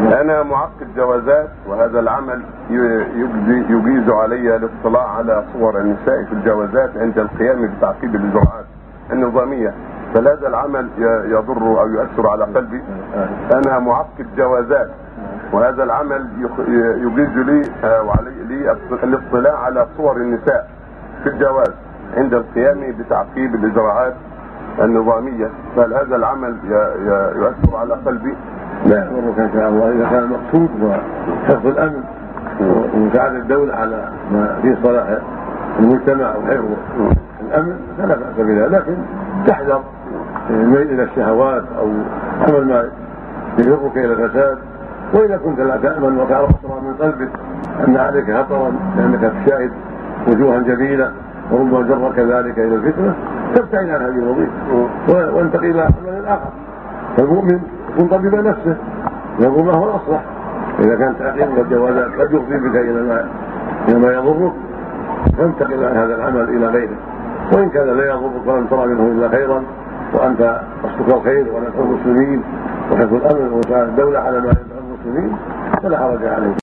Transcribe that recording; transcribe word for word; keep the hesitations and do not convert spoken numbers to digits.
أنا معقد جوازات، وهذا العمل يجيز علي الاطلاع على صور النساء في الجوازات عند القيام بتعقيب الإجراءات النظامية، فهل هذا العمل يضر أو يؤثر على قلبي؟ أنا معقد جوازات، وهذا العمل يجيز لي وعلي لي الاطلاع على صور النساء في الجواز عند القيام بتعقيب الإجراءات النظامية، فهل هذا العمل يؤثر على قلبي؟ لا يضرك ان شاء الله اذا كان المقصود هو حفظ الامن ومساعدة الدولة على ما فيه صلاح المجتمع وحفظ الامن فلا بأس بذلك، لكن تحذر الميل الى الشهوات او عمل ما يجرك الى الفساد. واذا كنت لا تامن وتعرف خطرا من قلبك ان عليك خطرا لانك تشاهد وجوها جميله وربما جرك ذلك الى الفتنه تبتعد عن هذه الوظيفه وانتقل الى عمل اخر. فالمؤمن يكون طبيب نفسه ينظر ما هو الاصلح. اذا كانت تعقيد الجوازات قد يفضي بك الى ما الى ما يضرك فانتقل عن هذا العمل الى غيره، وان كان لا يضرك ولم ترى منه الا خيرا وانت قصدك الخير ونفع المسلمين وحفظ الامن ومساعدة الدوله على ما ينفع المسلمين فلا حرج عليه.